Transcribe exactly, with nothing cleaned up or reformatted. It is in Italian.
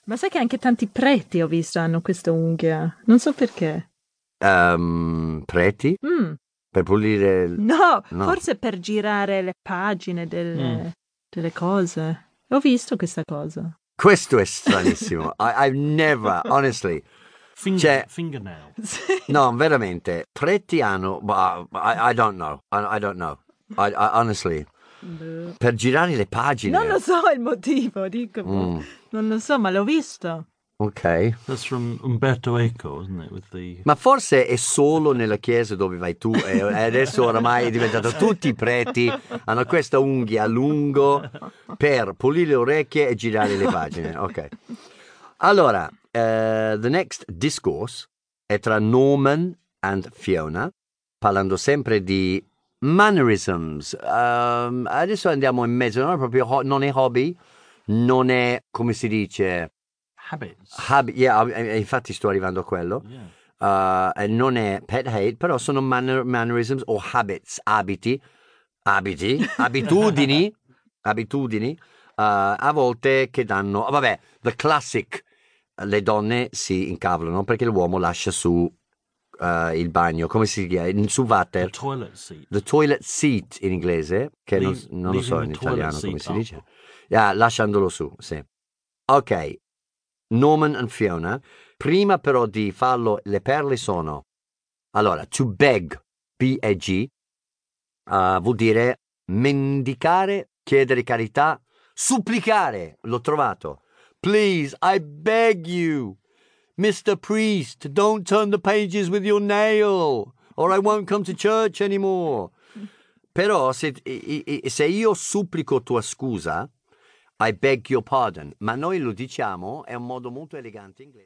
Ma sai che anche tanti preti ho visto hanno questa unghia? Non so perché. Um, preti? Mm. Per pulire... Il... No, no, forse per girare le pagine delle, Mm. delle cose. Ho visto questa cosa. Questo è stranissimo. I, I've never, honestly... Finger, Cioè, fingernail. Sì. no, veramente, preti hanno... Uh, I, I don't know. I, I don't know. I, I, honestly. Boh. Per girare le pagine. Non lo so il motivo, dico. Mm. Non lo so, ma l'ho visto. Ok. That's from Umberto Eco, isn't it? With the... Ma forse è solo nella chiesa dove vai tu e adesso oramai è diventato tutti i preti hanno questa unghia a lungo per pulire le orecchie e girare le pagine. Ok. Allora, uh, the next discourse è tra Norman and Fiona, parlando sempre di mannerisms. Um, adesso andiamo in mezzo, non è proprio ho- non è hobby, non è, come si dice... Habits. Hab- yeah, infatti sto arrivando a quello. Yeah. Uh, non è pet hate, però sono manner- mannerisms o habits, abiti, abiti, abitudini, abitudini, uh, a volte che danno, vabbè, the classic, le donne si incavolano perché l'uomo lascia su uh, il bagno, come si chiama? Su water. The toilet seat. The toilet seat in inglese, che Leave, non, non lo so in leaving the toilet italiano come seat si up. dice. Yeah, lasciandolo su, sì. Ok. Norman and Fiona, prima però di farlo, le perle sono, allora, to beg, B E G, uh, vuol dire mendicare, chiedere carità, supplicare, l'ho trovato. Please, I beg you, mister Priest, don't turn the pages with your nail, or I won't come to church anymore. Però se, se io supplico tua scusa, I beg your pardon, ma noi lo diciamo, è un modo molto elegante inglese.